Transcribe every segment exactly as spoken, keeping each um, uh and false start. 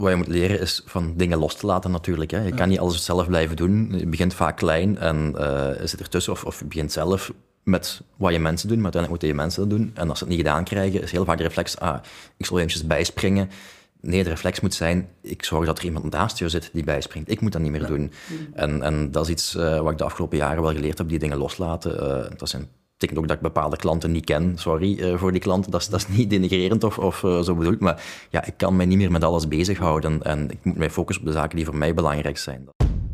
wat je moet leren is van dingen los te laten natuurlijk. Hè. Je kan niet alles zelf blijven doen. Je begint vaak klein en uh, zit ertussen. Of, of je begint zelf met wat je mensen doen, maar uiteindelijk moeten je mensen dat doen. En als ze het niet gedaan krijgen, is heel vaak de reflex, ah, ik zal eventjes bijspringen. Nee, de reflex moet zijn, ik zorg dat er iemand naast je zit die bijspringt. Ik moet dat niet meer doen. En, en dat is iets uh, wat ik de afgelopen jaren wel geleerd heb, die dingen loslaten. Uh, dat zijn betekent ook dat ik bepaalde klanten niet ken. Sorry uh, voor die klanten, dat is, dat is niet denigrerend of, of uh, zo bedoeld. Maar ja, ik kan mij niet meer met alles bezighouden. En ik moet mij focussen op de zaken die voor mij belangrijk zijn.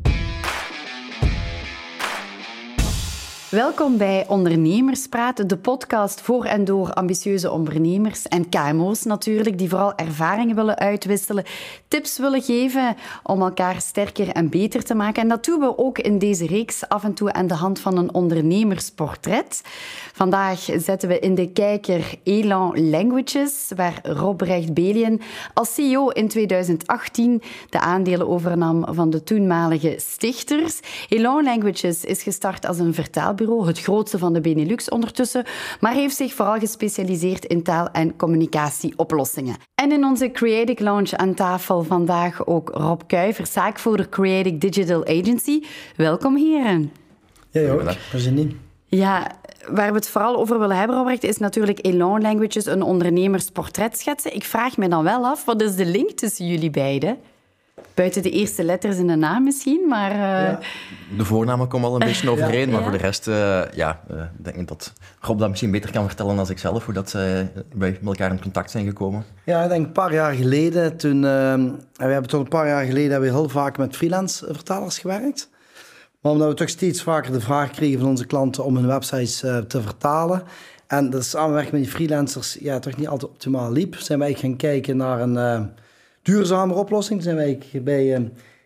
Welkom bij Ondernemerspraat, de podcast voor en door ambitieuze ondernemers en K M O's natuurlijk, die vooral ervaringen willen uitwisselen, tips willen geven om elkaar sterker en beter te maken. En dat doen we ook in deze reeks af en toe aan de hand van een ondernemersportret. Vandaag zetten we in de kijker Elan Languages, waar Robrecht Belien als C E O in tweeduizend achttien de aandelen overnam van de toenmalige stichters. Elan Languages is gestart als een vertaalbureau, het grootste van de Benelux ondertussen, maar heeft zich vooral gespecialiseerd in taal- en communicatieoplossingen. En in onze Creative Lounge aan tafel vandaag ook Rob Kuijver, zaakvoerder Creative Digital Agency. Welkom, heren. Ja, ook. We zijn niet. Ja, waar we het vooral over willen hebben, Robrecht, is natuurlijk Elan Languages, een ondernemersportret schetsen. Ik vraag me dan wel af, wat is de link tussen jullie beiden? Buiten de eerste letters in de naam misschien, maar... Uh... Ja. De voornamen komen al een beetje overeen, ja, maar ja. voor de rest, uh, ja, uh, denk ik dat Rob dat misschien beter kan vertellen dan ik zelf, hoe dat zij bij met elkaar in contact zijn gekomen. Ja, ik denk een paar jaar geleden, toen... Uh, we hebben tot een paar jaar geleden hebben we heel vaak met freelance vertalers gewerkt. Maar omdat we toch steeds vaker de vraag kregen van onze klanten om hun websites uh, te vertalen. En de samenwerking met die freelancers ja, toch niet altijd optimaal liep. Zijn wij gaan kijken naar een uh, duurzamere oplossing. Toen zijn wij bij uh,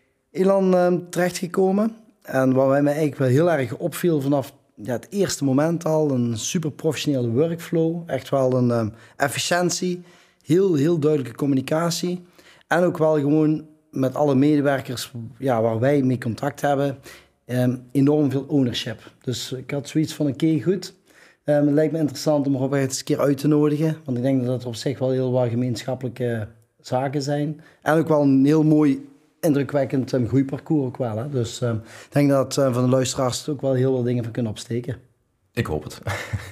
Elan uh, terechtgekomen. En wat mij eigenlijk wel heel erg opviel vanaf ja, het eerste moment al. Een super professionele workflow. Echt wel een uh, efficiëntie. Heel, heel duidelijke communicatie. En ook wel gewoon met alle medewerkers ja, waar wij mee contact hebben... Um, enorm veel ownership. Dus ik had zoiets van, oké, okay, goed. Um, het lijkt me interessant om Robert eens een keer uit te nodigen. Want ik denk dat het op zich wel heel wat gemeenschappelijke zaken zijn. En ook wel een heel mooi, indrukwekkend um, groeiparcours ook wel. Hè? Dus um, ik denk dat uh, van de luisteraars ook wel heel veel dingen van kunnen opsteken. Ik hoop het.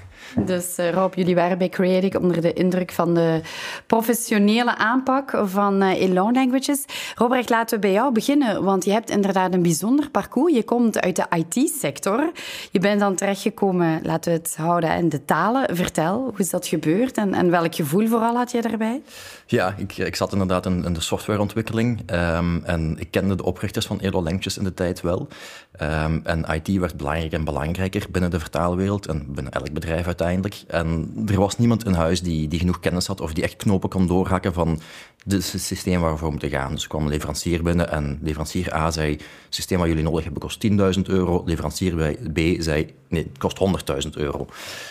Dus uh, Rob, jullie waren bij Creative onder de indruk van de professionele aanpak van uh, Elan Languages. Robrecht, laten we bij jou beginnen, want je hebt inderdaad een bijzonder parcours. Je komt uit de I T-sector. Je bent dan terechtgekomen, laten we het houden, in de talen. Vertel, hoe is dat gebeurd en, en welk gevoel vooral had je daarbij? Ja, ik, ik zat inderdaad in, in de softwareontwikkeling um, en ik kende de oprichters van Elan Languages in de tijd wel. Um, en I T werd belangrijker en belangrijker binnen de vertaalwereld en binnen elk bedrijf uiteindelijk. En er was niemand in huis die, die genoeg kennis had of die echt knopen kon doorhakken van het systeem waar we voor moeten gaan. Dus er kwam een leverancier binnen en leverancier A zei, het systeem wat jullie nodig hebben kost tienduizend euro. Leverancier B zei, nee, het kost honderdduizend euro.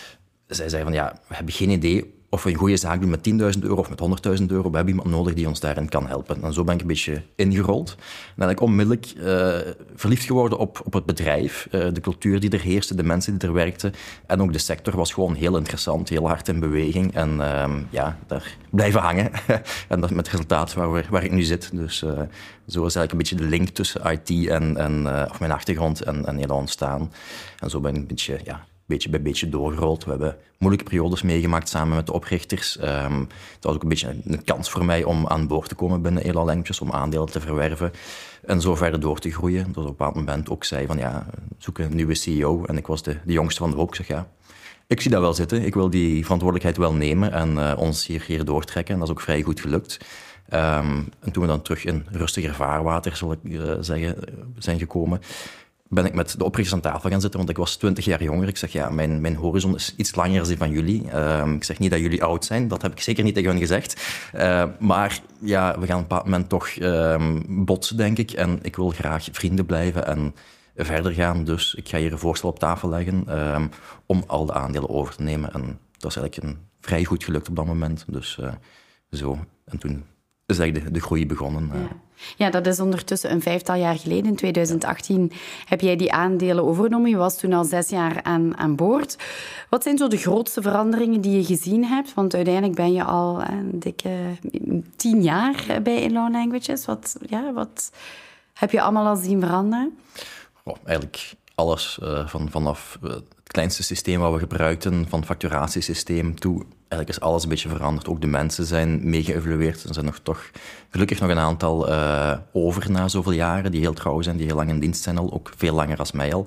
Zij zei van, ja, we hebben geen idee of we een goede zaak doen met tienduizend euro of met honderdduizend euro. We hebben iemand nodig die ons daarin kan helpen. En zo ben ik een beetje ingerold. En dan ben ik onmiddellijk uh, verliefd geworden op, op het bedrijf. Uh, de cultuur die er heerste, de mensen die er werkten. En ook de sector was gewoon heel interessant, heel hard in beweging. En uh, ja, daar blijven hangen. En dat met het resultaat waar, we, waar ik nu zit. Dus uh, zo is eigenlijk een beetje de link tussen I T en, en uh, of mijn achtergrond en, en Elan ontstaan. En zo ben ik een beetje... ja. beetje bij beetje doorgerold. We hebben moeilijke periodes meegemaakt samen met de oprichters. Um, het was ook een beetje een, een kans voor mij om aan boord te komen binnen Elan Languages, om aandelen te verwerven en zo verder door te groeien. Dat op een bepaald moment ook zei van ja, zoek een nieuwe C E O. En ik was de, de jongste van de hoop. Ik zeg ja, ik zie dat wel zitten. Ik wil die verantwoordelijkheid wel nemen en uh, ons hier, hier doortrekken. En dat is ook vrij goed gelukt. Um, en toen we dan terug in rustiger vaarwater, zal ik uh, zeggen, zijn gekomen, ben ik met de oprichters aan tafel gaan zitten, want ik was twintig jaar jonger. Ik zeg, ja, mijn, mijn horizon is iets langer dan die van jullie. Uh, ik zeg niet dat jullie oud zijn, dat heb ik zeker niet tegen hen gezegd. Uh, maar ja, we gaan op een bepaald moment toch uh, botsen, denk ik. En ik wil graag vrienden blijven en verder gaan. Dus ik ga hier een voorstel op tafel leggen uh, om al de aandelen over te nemen. En dat is eigenlijk een, vrij goed gelukt op dat moment. Dus uh, zo. En toen is eigenlijk de, de groei begonnen. Ja. Ja, dat is ondertussen een vijftal jaar geleden. In twintig achttien heb jij die aandelen overgenomen. Je was toen al zes jaar aan, aan boord. Wat zijn zo de grootste veranderingen die je gezien hebt? Want uiteindelijk ben je al een dikke tien jaar bij Inloan Languages. Wat, ja, wat heb je allemaal al zien veranderen? Oh, eigenlijk alles. Uh, van, vanaf uh, het kleinste systeem wat we gebruikten, van het facturatiesysteem toe... Eigenlijk is alles een beetje veranderd. Ook de mensen zijn mee geëvalueerd. Er zijn nog toch gelukkig nog een aantal uh, over na zoveel jaren, die heel trouw zijn, die heel lang in dienst zijn al, ook veel langer als mij al.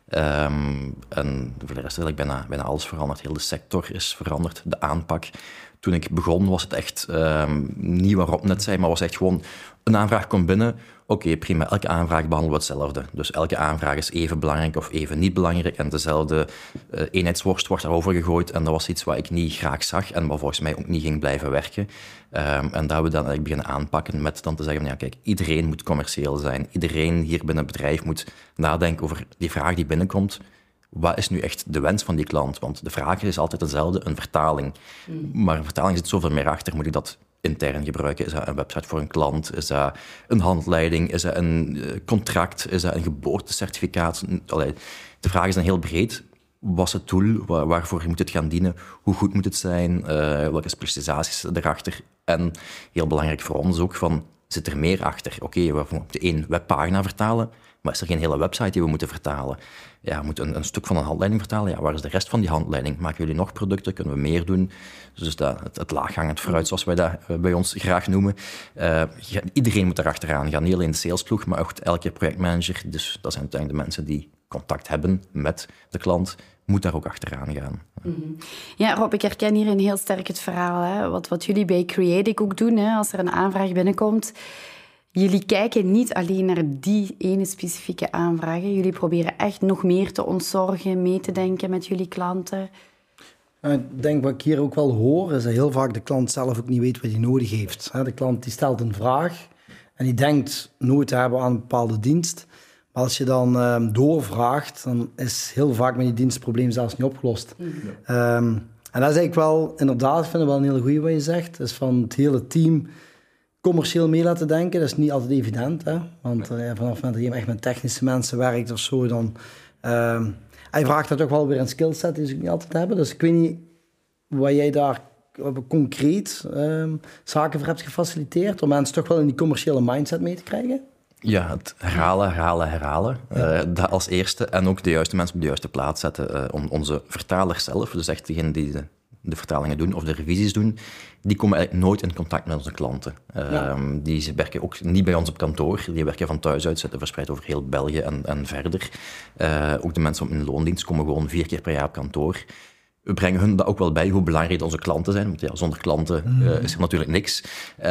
Um, en voor de rest is eigenlijk bijna, bijna alles veranderd. Heel de sector is veranderd, de aanpak. Toen ik begon was het echt um, niet wat Rob net zei, maar was echt gewoon een aanvraag komt binnen. Oké, okay, prima, elke aanvraag behandelen we hetzelfde. Dus elke aanvraag is even belangrijk of even niet belangrijk. En dezelfde uh, eenheidsworst wordt daarover gegooid. En dat was iets wat ik niet graag zag en wat volgens mij ook niet ging blijven werken. Um, en daar hebben we dan eigenlijk beginnen aanpakken met dan te zeggen van ja, kijk, iedereen moet commerciëel zijn. Iedereen hier binnen het bedrijf moet nadenken over die vraag die binnenkomt. Wat is nu echt de wens van die klant? Want de vraag is altijd hetzelfde, een vertaling. Mm. Maar een vertaling zit zoveel meer achter. Moet ik dat intern gebruiken? Is dat een website voor een klant? Is dat een handleiding? Is dat een contract? Is dat een geboortecertificaat? Allee, de vraag is dan heel breed. Wat is het doel? Waarvoor moet het gaan dienen? Hoe goed moet het zijn? Uh, welke specialisaties erachter? En heel belangrijk voor ons ook, van, zit er meer achter? Oké, okay, we moeten één webpagina vertalen, maar is er geen hele website die we moeten vertalen? Ja, we moeten een, een stuk van een handleiding vertalen. Ja, waar is de rest van die handleiding? Maken jullie nog producten? Kunnen we meer doen? Dus dat, het, het laaghangend fruit, zoals wij dat uh, bij ons graag noemen. Uh, iedereen moet erachteraan gaan. Niet alleen de salesploeg, maar ook elke projectmanager. Dus dat zijn uiteindelijk de mensen die contact hebben met de klant, moet daar ook achteraan gaan. Mm-hmm. Ja, Rob, ik herken hierin heel sterk het verhaal. Hè? Wat, wat jullie bij Creatic ook doen, hè? Als er een aanvraag binnenkomt. Jullie kijken niet alleen naar die ene specifieke aanvraag. Jullie proberen echt nog meer te ontzorgen, mee te denken met jullie klanten. Ik denk wat ik hier ook wel hoor, is dat heel vaak de klant zelf ook niet weet wat hij nodig heeft. De klant die stelt een vraag en die denkt nooit te hebben aan een bepaalde dienst. Maar als je dan um, doorvraagt, dan is heel vaak met die dienst het probleem zelfs niet opgelost. Ja. Um, en dat is eigenlijk wel, inderdaad, ik vind het wel een hele goeie wat je zegt. Dus van het hele team commercieel mee laten denken, dat is niet altijd evident. Hè? Want uh, vanaf het moment dat je echt met technische mensen werkt of zo, dan... Uh, hij vraagt dat toch wel weer een skillset die ze niet altijd hebben. Dus ik weet niet wat jij daar concreet uh, zaken voor hebt gefaciliteerd, om mensen toch wel in die commerciële mindset mee te krijgen. Ja, het herhalen, herhalen, herhalen. Ja. Uh, dat als eerste. En ook de juiste mensen op de juiste plaats zetten. Uh, on, onze vertalers zelf, dus echt degenen die de, de vertalingen doen of de revisies doen, die komen eigenlijk nooit in contact met onze klanten. Uh, ja. Die werken ook niet bij ons op kantoor. Die werken van thuis uit, zitten verspreid over heel België en, en verder. Uh, ook de mensen op een loondienst komen gewoon vier keer per jaar op kantoor. We brengen hun dat ook wel bij, hoe belangrijk onze klanten zijn. Want ja, zonder klanten uh, is er natuurlijk niks.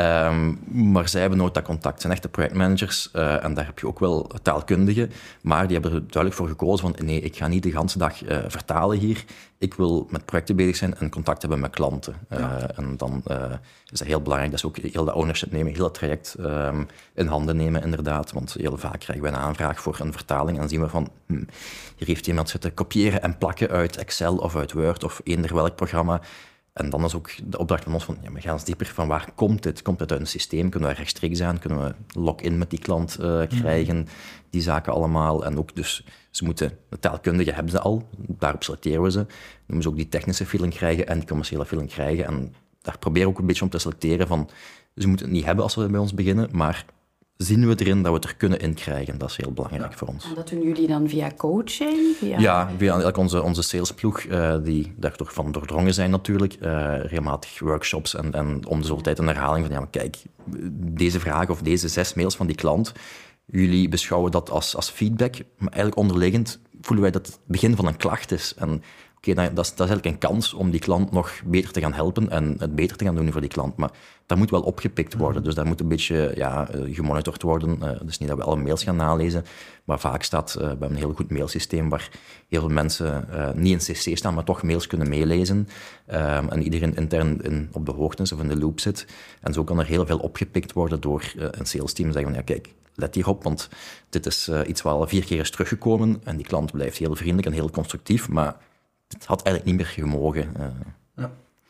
Um, maar zij hebben nooit dat contact. Het zijn echte projectmanagers. Uh, en daar heb je ook wel taalkundigen. Maar die hebben er duidelijk voor gekozen van... nee, ik ga niet de hele dag uh, vertalen hier. Ik wil met projecten bezig zijn en contact hebben met klanten. Uh, ja. En dan uh, is dat heel belangrijk dat ze ook heel dat ownership nemen, heel dat traject um, in handen nemen, inderdaad. Want heel vaak krijgen we een aanvraag voor een vertaling en dan zien we van... Hmm, hier heeft iemand zitten kopiëren en plakken uit Excel of uit Word of eender welk programma. En dan is ook de opdracht van ons van, ja, we gaan eens dieper van waar komt dit? Komt het uit een systeem? Kunnen we rechtstreeks aan? Kunnen we log-in met die klant uh, krijgen? Mm. Die zaken allemaal. En ook dus, ze moeten, de taalkundigen hebben ze al, daarop selecteren we ze. Dan moeten ze ook die technische feeling krijgen en die commerciële feeling krijgen. En daar proberen we ook een beetje om te selecteren van, ze moeten het niet hebben als we bij ons beginnen, maar zien we erin dat we het er kunnen inkrijgen. Dat is heel belangrijk ja. voor ons. En dat doen jullie dan via coaching? Via... Ja, via onze, onze salesploeg, uh, die daar toch van doordrongen zijn natuurlijk. Uh, regelmatig workshops en, en om de zoveel tijd een herhaling van... ja, maar kijk, deze vraag of deze zes mails van die klant, jullie beschouwen dat als, als feedback, maar eigenlijk onderliggend voelen wij dat het begin van een klacht is. En oké, okay, dat, dat is eigenlijk een kans om die klant nog beter te gaan helpen en het beter te gaan doen voor die klant. Maar dat moet wel opgepikt worden. Dus dat moet een beetje ja, gemonitord worden. Uh, dus niet dat we alle mails gaan nalezen. Maar vaak staat, uh, we hebben een heel goed mailsysteem waar heel veel mensen uh, niet in C C staan, maar toch mails kunnen meelezen. Um, en iedereen intern in, op de hoogte is of in de loop zit. En zo kan er heel veel opgepikt worden door uh, een sales team. Zeggen van, ja, kijk, let hierop, want dit is uh, iets wat al vier keer is teruggekomen. En die klant blijft heel vriendelijk en heel constructief, maar het had eigenlijk niet meer gemogen. Uh. Ja.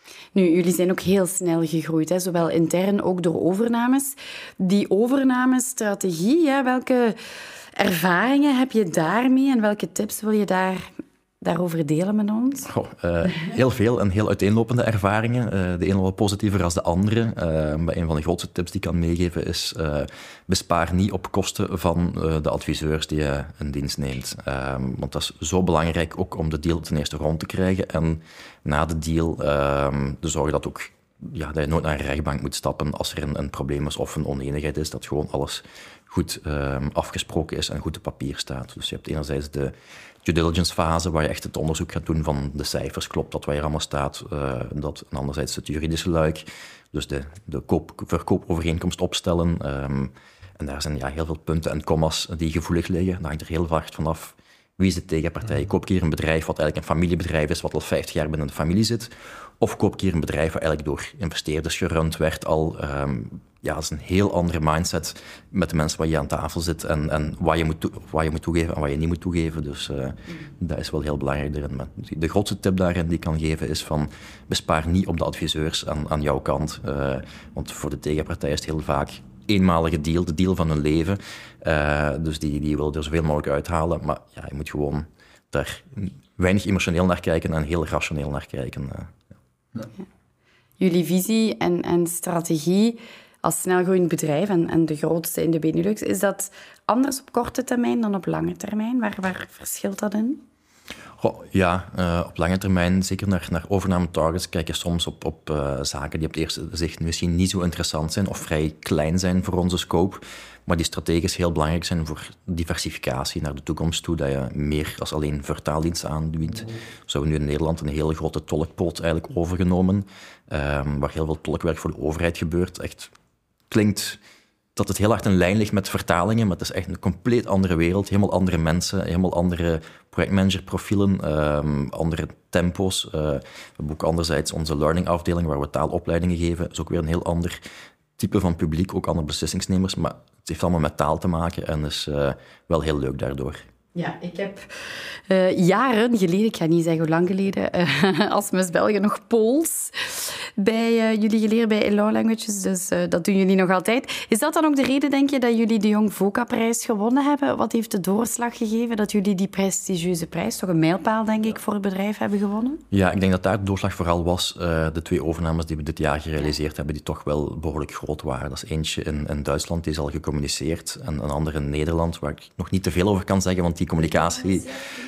Nu, jullie zijn ook heel snel gegroeid, hè? Zowel intern ook door overnames. Die overnamestrategie, hè? Welke ervaringen heb je daarmee en welke tips wil je daar, daarover delen met ons? Goh, uh, heel veel en heel uiteenlopende ervaringen. Uh, de ene wel positiever dan de andere. Uh, maar een van de grootste tips die ik kan meegeven is uh, bespaar niet op kosten van uh, de adviseurs die je in dienst neemt. Uh, want dat is zo belangrijk ook om de deal ten eerste rond te krijgen en na de deal uh, te zorgen dat, ook, ja, dat je nooit naar een rechtbank moet stappen als er een, een probleem is of een oneenigheid is, dat gewoon alles goed uh, afgesproken is en goed op papier staat. Dus je hebt enerzijds de due diligence fase, waar je echt het onderzoek gaat doen van de cijfers, klopt dat wat hier allemaal staat, uh, dat, en anderzijds het juridische luik, dus de, de koop, verkoopovereenkomst opstellen. Um, en daar zijn ja, heel veel punten en commas die gevoelig liggen. Daar hangt er heel vaak vanaf wie is de tegenpartij. Koop ik hier een bedrijf wat eigenlijk een familiebedrijf is, wat al vijftig jaar binnen de familie zit, of koop ik hier een bedrijf wat eigenlijk door investeerders gerund werd al. Um, ja, dat is een heel andere mindset met de mensen waar je aan tafel zit en, en wat, je moet toe, wat je moet toegeven en wat je niet moet toegeven. Dus uh, mm. dat is wel heel belangrijk erin. Maar de grootste tip daarin die ik kan geven is van bespaar niet op de adviseurs aan, aan jouw kant. Uh, want voor de tegenpartij is het heel vaak eenmalige deal, de deal van hun leven. Uh, dus die, die wil er zoveel mogelijk uithalen. Maar ja, je moet gewoon daar weinig emotioneel naar kijken en heel rationeel naar kijken. Uh, ja. Ja. Jullie visie en, en strategie als snelgroeiend bedrijf en, en de grootste in de Benelux, is dat anders op korte termijn dan op lange termijn? Waar, waar verschilt dat in? Goh, ja, uh, op lange termijn, zeker naar, naar overname-targets, kijk je soms op, op uh, zaken die op het eerste zicht misschien niet zo interessant zijn of vrij klein zijn voor onze scope, maar die strategisch heel belangrijk zijn voor diversificatie naar de toekomst toe, dat je meer als alleen vertaaldiensten aanbiedt. Zo hebben we nu in Nederland een hele grote tolkpoot eigenlijk overgenomen, um, waar heel veel tolkwerk voor de overheid gebeurt. Echt klinkt dat het heel hard in lijn ligt met vertalingen, maar het is echt een compleet andere wereld. Helemaal andere mensen, helemaal andere projectmanagerprofielen, um, andere tempo's. Uh, we hebben ook anderzijds onze learning-afdeling, waar we taalopleidingen geven. Dat is ook weer een heel ander type van publiek, ook andere beslissingsnemers. Maar het heeft allemaal met taal te maken en is uh, wel heel leuk daardoor. Ja, ik heb uh, jaren geleden, ik ga niet zeggen hoe lang geleden, uh, als Miss België nog Pools bij uh, jullie geleerd bij Law Languages. Dus uh, dat doen jullie nog altijd. Is dat dan ook de reden, denk je, dat jullie de Young VOCA-prijs gewonnen hebben? Wat heeft de doorslag gegeven dat jullie die prestigieuze prijs, toch een mijlpaal, denk ik, voor het bedrijf hebben gewonnen? Ja, ik denk dat daar de doorslag vooral was. Uh, de twee overnames die we dit jaar gerealiseerd hebben, die toch wel behoorlijk groot waren. Dat is eentje in, in Duitsland, die is al gecommuniceerd, en een andere in Nederland, waar ik nog niet te veel over kan zeggen, want die communicatie...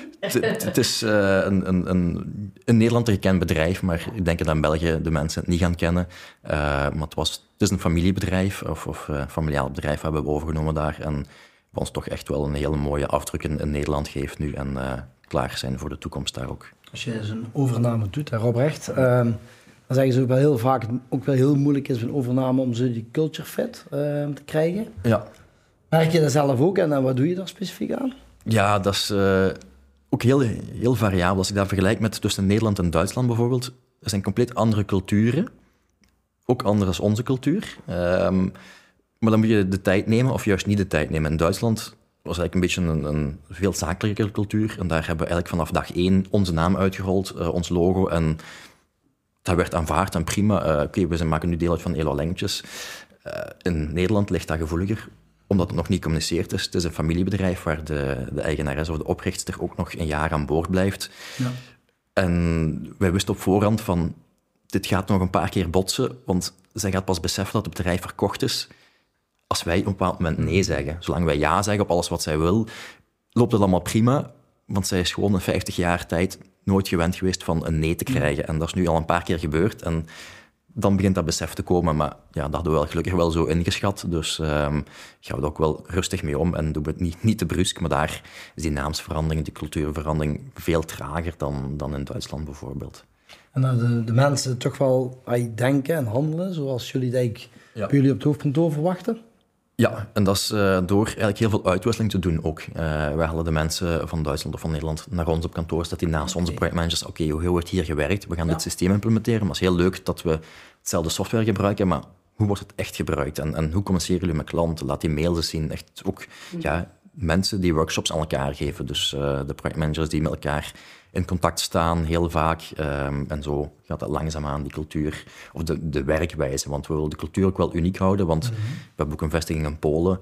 Het is uh, een, een, een, in Nederland een gekend bedrijf, maar ik denk dat in België de mensen het niet gaan kennen. Uh, maar het, was, het is een familiebedrijf, of, of uh, familiaal bedrijf hebben we overgenomen daar. En wat ons toch echt wel een hele mooie afdruk in, in Nederland geeft nu. En uh, klaar zijn voor de toekomst daar ook. Als je zo'n overname doet, hè, oprecht, uh, dan zeggen ze ook wel heel vaak ook wel heel moeilijk is een overname om zo die culture fit uh, te krijgen. Ja. Merk je dat zelf ook en uh, wat doe je daar specifiek aan? Ja, dat is... Uh, Ook heel, heel variabel. Als ik dat vergelijk met tussen Nederland en Duitsland bijvoorbeeld, er zijn compleet andere culturen. Ook anders dan onze cultuur. Um, maar dan moet je de tijd nemen of juist niet de tijd nemen. In Duitsland was eigenlijk een beetje een, een veel zakelijke cultuur. En daar hebben we eigenlijk vanaf dag één onze naam uitgerold, uh, ons logo. En dat werd aanvaard en prima. Uh, Oké, okay, we zijn, maken nu deel uit van Elo Languages. Uh, in Nederland ligt dat gevoeliger, omdat het nog niet gecommuniceerd is. Het is een familiebedrijf waar de, de eigenares of de oprichter ook nog een jaar aan boord blijft. Ja. En wij wisten op voorhand van, dit gaat nog een paar keer botsen, want zij gaat pas beseffen dat het bedrijf verkocht is als wij op een bepaald moment nee zeggen. Zolang wij ja zeggen op alles wat zij wil, loopt het allemaal prima, want zij is gewoon in vijftig jaar tijd nooit gewend geweest van een nee te krijgen. En dat is nu al een paar keer gebeurd. En dan begint dat besef te komen, maar ja, dat hadden we wel gelukkig wel zo ingeschat. Dus um, gaan we er ook wel rustig mee om en doen we het niet, niet te brusk. Maar daar is die naamsverandering, die cultuurverandering veel trager dan, dan in Duitsland bijvoorbeeld. En dat de, de mensen toch wel denken en handelen zoals jullie denk, ja. bij jullie op het hoofdkantoor verwachten? Ja, en dat is uh, door eigenlijk heel veel uitwisseling te doen ook. Uh, wij halen de mensen van Duitsland of van Nederland naar ons op kantoor, zodat die naast okay. onze projectmanagers, oké, okay, hoe wordt hier gewerkt? We gaan ja. dit systeem implementeren, maar het is heel leuk dat we hetzelfde software gebruiken, maar hoe wordt het echt gebruikt? En, en hoe communiceren jullie met klanten? Laat die mails eens zien. Echt ook, ja, mensen die workshops aan elkaar geven. Dus uh, de projectmanagers die met elkaar in contact staan, heel vaak. Um, en zo gaat dat langzaamaan, die cultuur, of de, de werkwijze. Want we willen de cultuur ook wel uniek houden, want mm-hmm. we hebben ook een vestiging in Polen.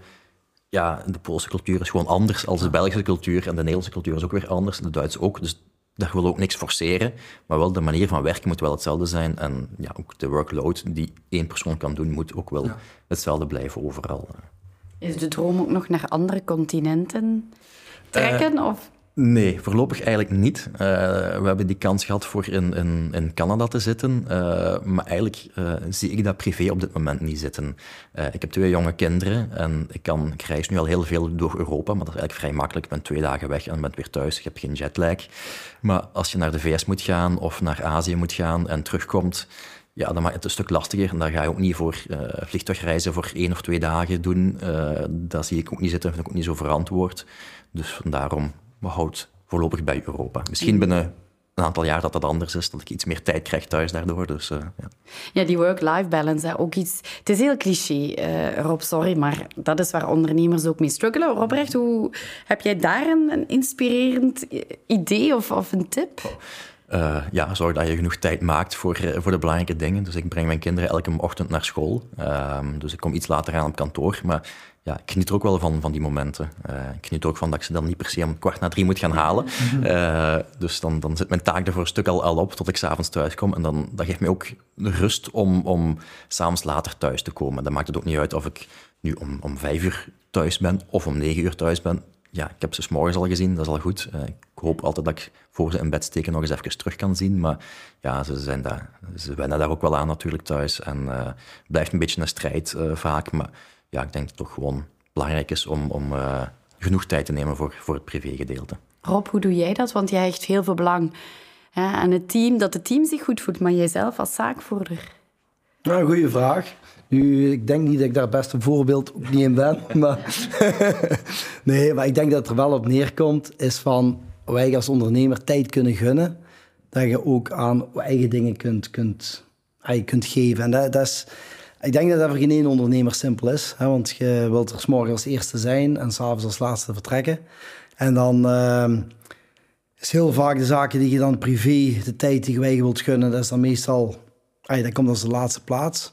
Ja, de Poolse cultuur is gewoon anders dan de Belgische cultuur. En de Nederlandse cultuur is ook weer anders, de Duitse ook. Dus daar willen we ook niks forceren. Maar wel de manier van werken moet wel hetzelfde zijn. En ja, ook de workload die één persoon kan doen, moet ook wel ja. hetzelfde blijven overal. Is de droom ook nog naar andere continenten trekken? Uh, of? Nee, voorlopig eigenlijk niet. Uh, we hebben die kans gehad voor in, in, in Canada te zitten. Uh, maar eigenlijk uh, zie ik dat privé op dit moment niet zitten. Uh, ik heb twee jonge kinderen en ik, kan, ik reis nu al heel veel door Europa, maar dat is eigenlijk vrij makkelijk. Ik ben twee dagen weg en ben weer thuis. Ik heb geen jetlag. Maar als je naar de V S moet gaan of naar Azië moet gaan en terugkomt, ja, dan maakt het een stuk lastiger. En daar ga je ook niet voor uh, vliegtuigreizen voor één of twee dagen doen. Uh, dat zie ik ook niet zitten, vind ik ook niet zo verantwoord. Dus daarom... we houden voorlopig bij Europa. Misschien binnen een aantal jaar dat dat anders is, dat ik iets meer tijd krijg thuis daardoor. Dus, uh, ja. ja, die work-life balance, hè, ook iets... Het is heel cliché, uh, Rob, sorry, maar dat is waar ondernemers ook mee struggelen. Robrecht, hoe heb jij daar een, een inspirerend idee of, of een tip? Uh, ja, zorg dat je genoeg tijd maakt voor, uh, voor de belangrijke dingen. Dus ik breng mijn kinderen elke ochtend naar school. Uh, dus ik kom iets later aan op kantoor. Maar ja, ik geniet er ook wel van, van die momenten. Uh, ik geniet er ook van dat ik ze dan niet per se om kwart na drie moet gaan halen. Uh, dus dan, dan zit mijn taak er voor een stuk al, al op tot ik 's avonds thuis kom. En dan, dat geeft mij ook de rust om, om 's avonds later thuis te komen. Dan maakt het ook niet uit of ik nu om, om vijf uur thuis ben of om negen uur thuis ben. Ja, ik heb ze 's morgens al gezien, dat is al goed. Uh, ik hoop altijd dat ik voor ze in bed steken nog eens even terug kan zien. Maar ja, ze, zijn daar, ze wennen daar ook wel aan natuurlijk thuis. En uh, het blijft een beetje een strijd uh, vaak. Maar ja, ik denk dat het toch gewoon belangrijk is om, om uh, genoeg tijd te nemen voor, voor het privégedeelte. Rob, hoe doe jij dat? Want jij hecht heel veel belang hè, aan het team, dat het team zich goed voelt. Maar jijzelf als zaakvoerder? Nou, goeie vraag. Nu, ik denk niet dat ik daar het beste voorbeeld ook niet in ben. Maar nee, maar ik denk dat het er wel op neerkomt, is van wij als ondernemer tijd kunnen gunnen. Dat je ook aan eigen dingen kunt, kunt, je kunt geven. En dat, dat is, ik denk dat dat voor geen één ondernemer simpel is. Hè, want je wilt er 's morgens als eerste zijn en 's avonds als laatste vertrekken. En dan uh, is heel vaak de zaken die je dan privé, de tijd die je eigen wilt gunnen, dat is dan meestal, dat komt als de laatste plaats.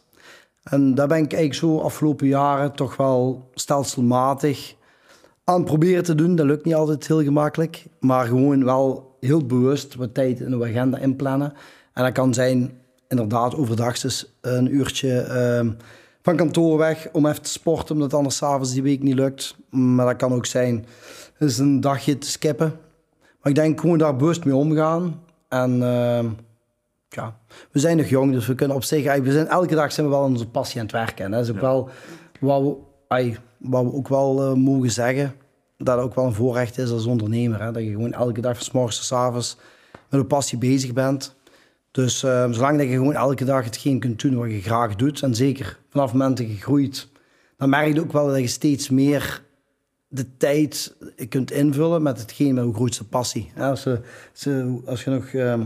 En daar ben ik eigenlijk zo afgelopen jaren toch wel stelselmatig aan het proberen te doen. Dat lukt niet altijd heel gemakkelijk. Maar gewoon wel heel bewust wat tijd in de agenda inplannen. En dat kan zijn inderdaad overdag dus een uurtje uh, van kantoor weg om even te sporten, omdat het anders 's avonds die week niet lukt. Maar dat kan ook zijn dus een dagje te skippen. Maar ik denk gewoon daar bewust mee omgaan. En... Uh, Ja, we zijn nog jong, dus we kunnen op zich... We zijn, elke dag zijn we wel aan onze passie aan het werken. En dat is ook ja. wel wat we, ay, wat we ook wel uh, mogen zeggen. Dat het ook wel een voorrecht is als ondernemer. Hè? Dat je gewoon elke dag van 's morgens tot 's avonds met een passie bezig bent. Dus uh, zolang dat je gewoon elke dag hetgeen kunt doen wat je graag doet. En zeker vanaf het moment dat je groeit, dan merk je ook wel dat je steeds meer de tijd kunt invullen met hetgeen met je grootste passie. Ja, als, je, als je nog... Uh,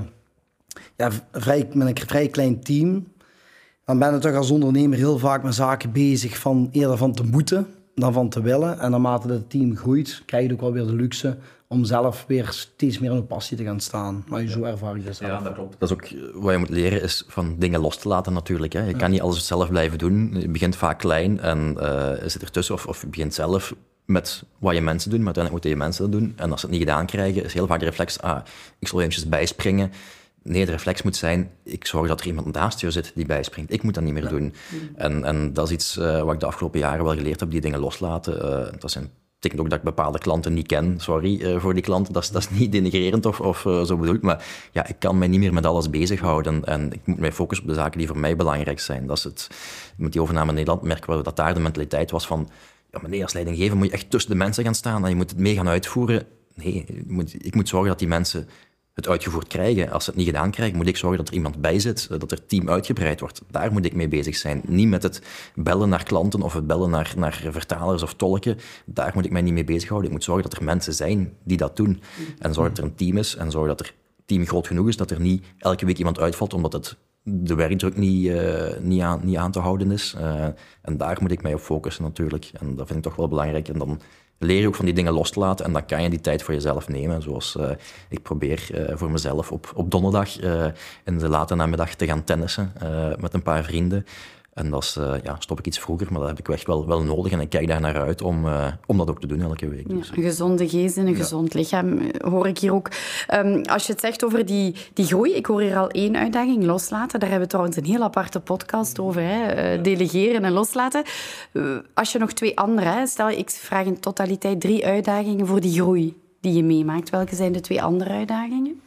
Ja, vrij, met een vrij klein team, dan ben je toch als ondernemer heel vaak met zaken bezig van eerder van te moeten dan van te willen. En naarmate het team groeit, krijg je ook wel weer de luxe om zelf weer steeds meer in een passie te gaan staan. Maar zo ervaar ik dat zelf. Ja, dat klopt. Dat is ook wat je moet leren, is van dingen los te laten natuurlijk. Hè. Je ja. kan niet alles zelf blijven doen. Je begint vaak klein en uh, zit ertussen of, of je begint zelf met wat je mensen doen, maar uiteindelijk moeten je mensen dat doen. En als ze het niet gedaan krijgen, is heel vaak de reflex, ah, ik zal eventjes bijspringen. Nee, de reflex moet zijn, ik zorg dat er iemand naast je zit die bijspringt. Ik moet dat niet meer ja. doen. En, en dat is iets uh, wat ik de afgelopen jaren wel geleerd heb, die dingen loslaten. Uh, dat zijn, betekent ook dat ik bepaalde klanten niet ken. Sorry uh, voor die klanten, dat is, dat is niet denigrerend of, of uh, zo bedoeld. Maar ja, ik kan mij niet meer met alles bezighouden. En ik moet mij focussen op de zaken die voor mij belangrijk zijn. Dat is het, met die overname in Nederland merken we dat daar de mentaliteit was van... Ja, maar nee, als leidinggever moet je echt tussen de mensen gaan staan en je moet het mee gaan uitvoeren. Nee, ik moet, ik moet zorgen dat die mensen... het uitgevoerd krijgen. Als ze het niet gedaan krijgen, moet ik zorgen dat er iemand bij zit, dat er team uitgebreid wordt. Daar moet ik mee bezig zijn. Niet met het bellen naar klanten of het bellen naar, naar vertalers of tolken. Daar moet ik mij niet mee bezighouden. Ik moet zorgen dat er mensen zijn die dat doen. En zorg dat er een team is en zorg dat er team groot genoeg is, dat er niet elke week iemand uitvalt omdat het de werkdruk niet, uh, niet, aan, niet aan te houden is. Uh, en daar moet ik mij op focussen natuurlijk. En dat vind ik toch wel belangrijk. En dan leer je ook van die dingen los te laten en dan kan je die tijd voor jezelf nemen. Zoals uh, ik probeer uh, voor mezelf op, op donderdag uh, in de late namiddag te gaan tennissen uh, met een paar vrienden. En dat is, uh, ja, stop ik iets vroeger, maar dat heb ik echt wel, wel nodig. En ik kijk daar naar uit om, uh, om dat ook te doen elke week. Dus. Ja, een gezonde geest en een ja. gezond lichaam, hoor ik hier ook. Um, als je het zegt over die, die groei, ik hoor hier al één uitdaging, loslaten. Daar hebben we trouwens een heel aparte podcast over, hè? Uh, delegeren en loslaten. Uh, als je nog twee andere, hè? Stel ik vraag in totaliteit drie uitdagingen voor die groei die je meemaakt. Welke zijn de twee andere uitdagingen?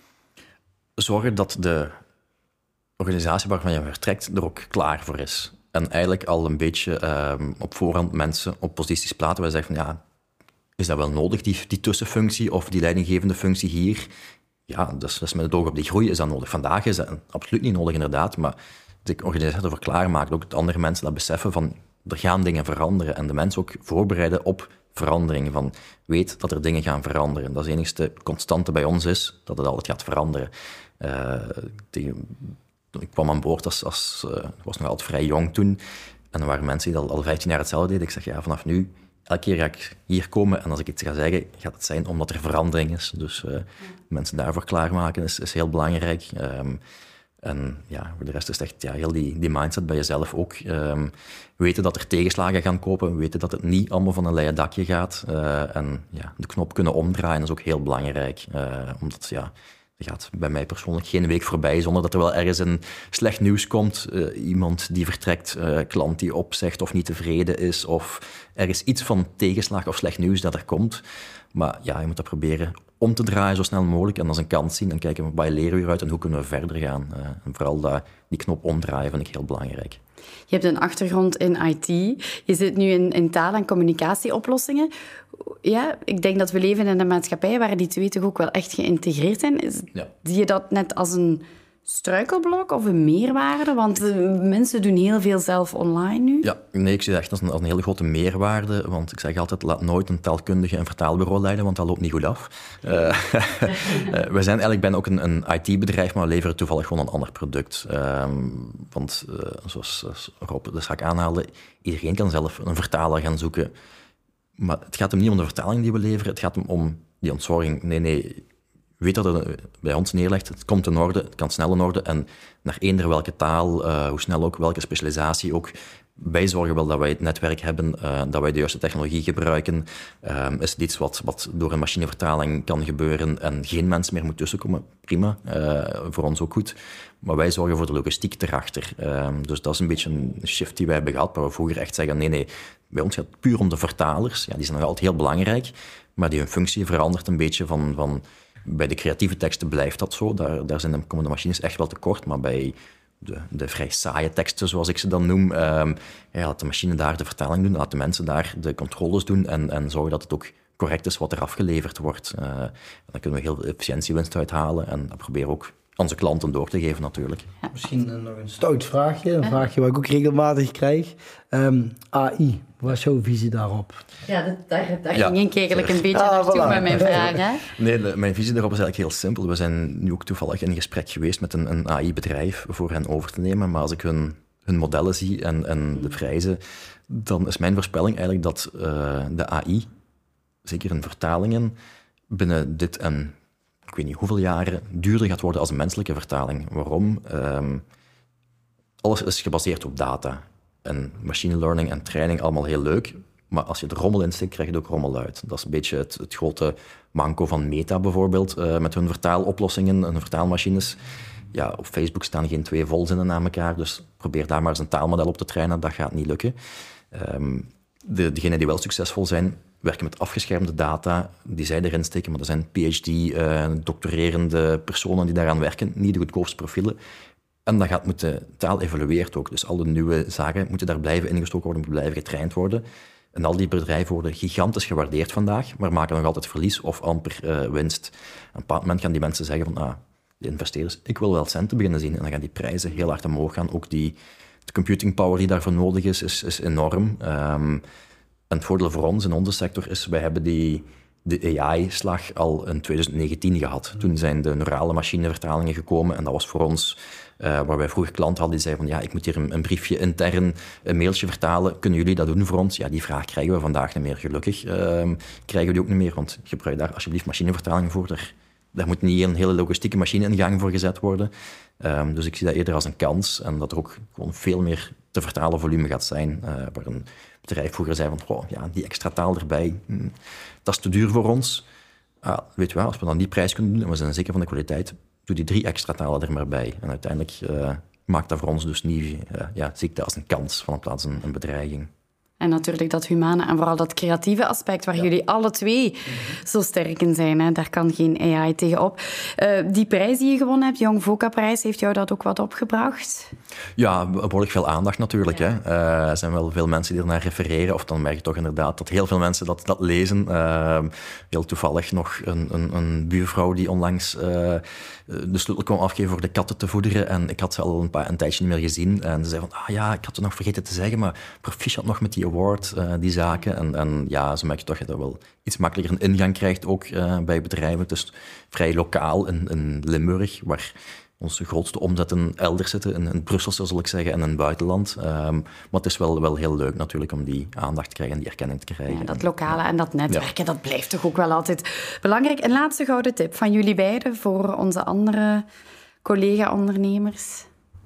Zorgen dat de organisatie waarvan je vertrekt er ook klaar voor is. En eigenlijk al een beetje um, op voorhand mensen op posities plaatsen waar ze zeggen van ja, is dat wel nodig, die, die tussenfunctie of die leidinggevende functie hier? Ja, dus, dus met het oog op die groei is dat nodig. Vandaag is dat absoluut niet nodig, inderdaad, maar de organisatie ervoor klaarmaakt, ook dat andere mensen dat beseffen van er gaan dingen veranderen en de mensen ook voorbereiden op verandering. Van weet dat er dingen gaan veranderen. Dat is het enige constante bij ons is dat het altijd gaat veranderen. Uh, die, Ik kwam aan boord als... als uh, ik was nog altijd vrij jong toen. En er waren mensen die al, al vijftien jaar hetzelfde deden. Ik zeg, ja, vanaf nu, elke keer ga ik hier komen. En als ik iets ga zeggen, gaat het zijn omdat er verandering is. Dus uh, ja. mensen daarvoor klaarmaken is, is heel belangrijk. Um, en ja, voor de rest is het echt ja, heel die, die mindset bij jezelf ook. Um, weten dat er tegenslagen gaan komen. Weten dat het niet allemaal van een leien dakje gaat. Uh, en ja, de knop kunnen omdraaien is ook heel belangrijk. Uh, omdat, ja... Er gaat bij mij persoonlijk geen week voorbij zonder dat er wel ergens een slecht nieuws komt. Uh, iemand die vertrekt, uh, klant die opzegt of niet tevreden is. Of er is iets van tegenslag of slecht nieuws dat er komt. Maar ja, je moet dat proberen om te draaien zo snel mogelijk. En als een kans zien en kijken wat leren we eruit en hoe kunnen we verder gaan. Uh, en vooral dat, die knop omdraaien vind ik heel belangrijk. Je hebt een achtergrond in I T. Je zit nu in, in taal- en communicatieoplossingen. Ja, ik denk dat we leven in een maatschappij waar die twee toch ook wel echt geïntegreerd zijn. Is, ja. Zie je dat net als een struikelblok of een meerwaarde? Want uh, mensen doen heel veel zelf online nu. Ja, nee, ik zie dat echt als een, als een hele grote meerwaarde. Want ik zeg altijd, laat nooit een taalkundige een vertaalbureau leiden, want dat loopt niet goed af. Uh, uh, we zijn eigenlijk bijna ook een, een I T-bedrijf, maar we leveren toevallig gewoon een ander product. Uh, want uh, zoals Rob de zaak aanhaalde, iedereen kan zelf een vertaler gaan zoeken. Maar het gaat hem niet om de vertaling die we leveren, het gaat hem om die ontzorging. Nee, nee, weet dat het bij ons neerlegt, het komt in orde, het kan snel in orde. En naar eender welke taal, uh, hoe snel ook, welke specialisatie ook. Wij zorgen wel dat wij het netwerk hebben, uh, dat wij de juiste technologie gebruiken. Uh, is het iets wat, wat door een machinevertaling kan gebeuren en geen mens meer moet tussenkomen? Prima, uh, voor ons ook goed. Maar wij zorgen voor de logistiek erachter. Uh, dus dat is een beetje een shift die wij hebben gehad, waar we vroeger echt zeggen, nee, nee, bij ons gaat het puur om de vertalers. Ja, die zijn nog altijd heel belangrijk, maar die hun functie verandert een beetje van... van bij de creatieve teksten blijft dat zo. Daar, daar zijn de, komen de machines echt wel tekort. Maar bij de, de vrij saaie teksten, zoals ik ze dan noem, um, ja, laat de machine daar de vertaling doen, laat de mensen daar de controles doen en, en zorgen dat het ook correct is wat er afgeleverd wordt. Uh, dan kunnen we heel veel efficiëntiewinst uithalen en dat proberen we ook onze klanten door te geven natuurlijk. Ja. Misschien uh, nog een stout vraagje, een vraagje wat ik ook regelmatig krijg. Um, A I, wat is jouw visie daarop? Ja, dat, daar, daar ja. ging ik eigenlijk een beetje ah, naartoe voilà. met mijn vraag. Hè? Nee, de, mijn visie daarop is eigenlijk heel simpel. We zijn nu ook toevallig in gesprek geweest met een, een A I-bedrijf voor hen over te nemen, maar als ik hun, hun modellen zie en, en de prijzen, dan is mijn voorspelling eigenlijk dat uh, de A I, zeker in vertalingen, binnen dit en ik weet niet hoeveel jaren duurder gaat worden als een menselijke vertaling. Waarom? Um, alles is gebaseerd op data. En machine learning en training, allemaal heel leuk. Maar als je er rommel in steekt, krijg je er ook rommel uit. Dat is een beetje het, het grote manco van Meta bijvoorbeeld, uh, met hun vertaaloplossingen en vertaalmachines. Ja, op Facebook staan geen twee volzinnen na elkaar, dus probeer daar maar eens een taalmodel op te trainen. Dat gaat niet lukken. Um, de, degenen die wel succesvol zijn, werken met afgeschermde data die zij erin steken, maar er zijn P H D, uh, doctorerende personen die daaraan werken, niet de goedkoopste profielen. En dan gaat moeten, taal evolueert ook, dus alle nieuwe zaken moeten daar blijven ingestoken worden, moeten blijven getraind worden. En al die bedrijven worden gigantisch gewaardeerd vandaag, maar maken nog altijd verlies of amper uh, winst. Op een bepaald moment gaan die mensen zeggen van, ah, de investeerders, ik wil wel centen beginnen zien. En dan gaan die prijzen heel hard omhoog gaan. Ook die de computing power die daarvoor nodig is, is, is enorm. Um, en het voordeel voor ons in onze sector is, wij hebben die, de A I-slag al in twintig negentien gehad. Toen zijn de neurale machinevertalingen gekomen en dat was voor ons, uh, waar wij vroeger klanten hadden die zeiden van ja, ik moet hier een, een briefje intern, een mailtje vertalen, kunnen jullie dat doen voor ons? Ja, die vraag krijgen we vandaag niet meer. Gelukkig uh, krijgen we die ook niet meer, want gebruik daar alsjeblieft machinevertaling voor. Daar, daar moet niet een hele logistieke machine in gang voor gezet worden. Um, dus ik zie dat eerder als een kans en dat er ook gewoon veel meer te vertalen volume gaat zijn, uh, waar een bedrijf vroeger zei van oh, ja, die extra taal erbij, hmm, dat is te duur voor ons. Ah, weet je wel, als we dan die prijs kunnen doen en we zijn zeker van de kwaliteit, doe die drie extra talen er maar bij. En uiteindelijk uh, maakt dat voor ons dus niet, uh, ja, zie ik dat als een kans van in plaats van een, een bedreiging. En natuurlijk dat humane en vooral dat creatieve aspect waar ja. jullie alle twee mm-hmm. zo sterk in zijn. Hè? Daar kan geen A I tegenop. Uh, die prijs die je gewonnen hebt, Young VOCA-prijs, heeft jou dat ook wat opgebracht? Ja, behoorlijk veel aandacht natuurlijk. Ja. Hè. Uh, er zijn wel veel mensen die ernaar refereren. Of dan merk je toch inderdaad dat heel veel mensen dat, dat lezen. Uh, heel toevallig nog een, een, een buurvrouw die onlangs uh, de sleutel kwam afgeven voor de katten te voederen. En ik had ze al een, paar, een tijdje niet meer gezien. En ze zei van, ah ja, ik had het nog vergeten te zeggen, maar proficiat nog met die award, uh, die zaken. En, en ja, zo merk je toch dat je wel iets makkelijker een ingang krijgt ook uh, bij bedrijven. Het is vrij lokaal in, in Limburg, waar onze grootste omzetten elders zitten, in, in Brussel, zal ik zeggen, en in het buitenland. Um, maar het is wel, wel heel leuk natuurlijk om die aandacht te krijgen en die erkenning te krijgen. Ja, dat lokale en dat netwerken, ja. dat blijft toch ook wel altijd belangrijk. Een laatste gouden tip van jullie beiden voor onze andere collega-ondernemers?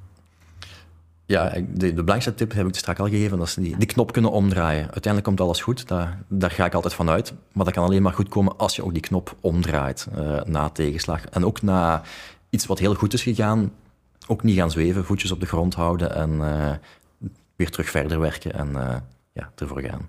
Ja, de, de belangrijkste tip heb ik dus straks al gegeven, dat is die, die knop kunnen omdraaien. Uiteindelijk komt alles goed, daar, daar ga ik altijd van uit. Maar dat kan alleen maar goed komen als je ook die knop omdraait uh, na tegenslag. En ook na iets wat heel goed is gegaan, ook niet gaan zweven, voetjes op de grond houden en uh, weer terug verder werken en uh, ja, ervoor gaan.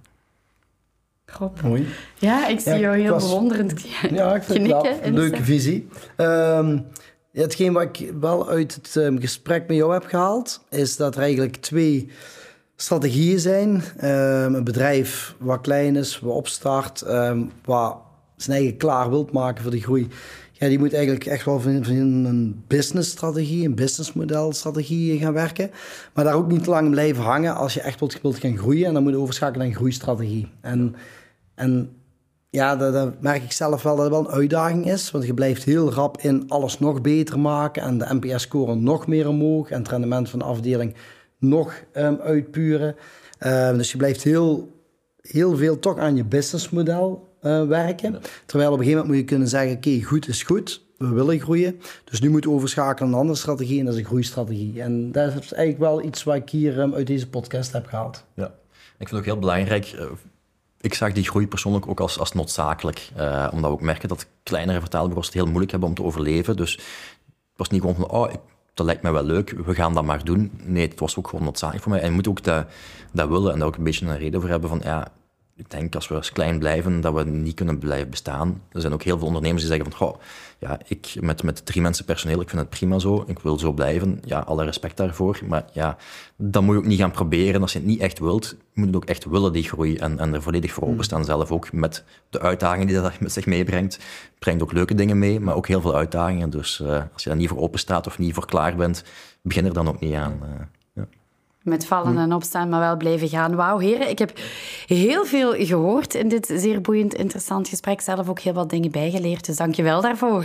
Rob. Mooi. Ja, ik zie ja, jou heel was, bewonderend ja, ik vind knikken. Het een leuke visie. Um, hetgeen wat ik wel uit het um, gesprek met jou heb gehaald, is dat er eigenlijk twee strategieën zijn. Um, een bedrijf wat klein is, wat opstart, um, wat zijn eigen klaar wilt maken voor de groei. Ja, die moet eigenlijk echt wel van een businessstrategie, een businessmodelstrategie gaan werken. Maar daar ook niet te lang blijven hangen als je echt wilt, wilt gaan groeien. En dan moet je overschakelen naar een groeistrategie. En, en ja, dat, dat merk ik zelf wel dat het wel een uitdaging is. Want je blijft heel rap in alles nog beter maken. En de N P S-score nog meer omhoog. En het rendement van de afdeling nog um, uitpuren. Uh, dus je blijft heel, heel veel toch aan je businessmodel Uh, werken. Ja. Terwijl op een gegeven moment moet je kunnen zeggen, oké, okay, goed is goed, we willen groeien. Dus nu moeten we overschakelen naar een andere strategie en dat is een groeistrategie. En dat is eigenlijk wel iets wat ik hier um, uit deze podcast heb gehaald. Ja, ik vind het ook heel belangrijk. Uh, ik zag die groei persoonlijk ook als, als noodzakelijk. Uh, omdat we ook merken dat kleinere vertaalbureaus het heel moeilijk hebben om te overleven. Dus het was niet gewoon van, oh, ik, dat lijkt mij wel leuk, we gaan dat maar doen. Nee, het was ook gewoon noodzakelijk voor mij. En je moet ook dat, dat willen en daar ook een beetje een reden voor hebben van, ja, ik denk als we als klein blijven, dat we niet kunnen blijven bestaan. Er zijn ook heel veel ondernemers die zeggen van, goh, ja, ik met, met drie mensen personeel, ik vind het prima zo, ik wil zo blijven. Ja, alle respect daarvoor. Maar ja, dat moet je ook niet gaan proberen. Als je het niet echt wilt, moet je het ook echt willen, die groei. En, en er volledig voor openstaan zelf ook met de uitdagingen die dat met zich meebrengt. Brengt ook leuke dingen mee, maar ook heel veel uitdagingen. Dus uh, als je daar niet voor open staat of niet voor klaar bent, begin er dan ook niet aan. Uh, Met vallen en opstaan, maar wel blijven gaan. Wauw, heren, ik heb heel veel gehoord in dit zeer boeiend, interessant gesprek. Zelf ook heel wat dingen bijgeleerd, dus dank je wel daarvoor.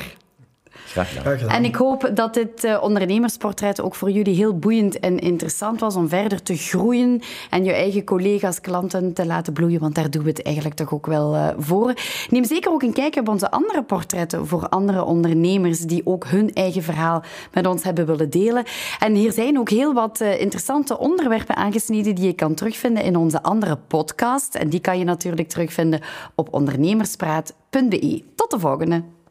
Graag gedaan. En ik hoop dat dit uh, ondernemersportret ook voor jullie heel boeiend en interessant was om verder te groeien en je eigen collega's, klanten te laten bloeien, want daar doen we het eigenlijk toch ook wel uh, voor. Neem zeker ook een kijkje op onze andere portretten voor andere ondernemers die ook hun eigen verhaal met ons hebben willen delen. En hier zijn ook heel wat uh, interessante onderwerpen aangesneden die je kan terugvinden in onze andere podcast. En die kan je natuurlijk terugvinden op ondernemerspraat punt be. Tot de volgende.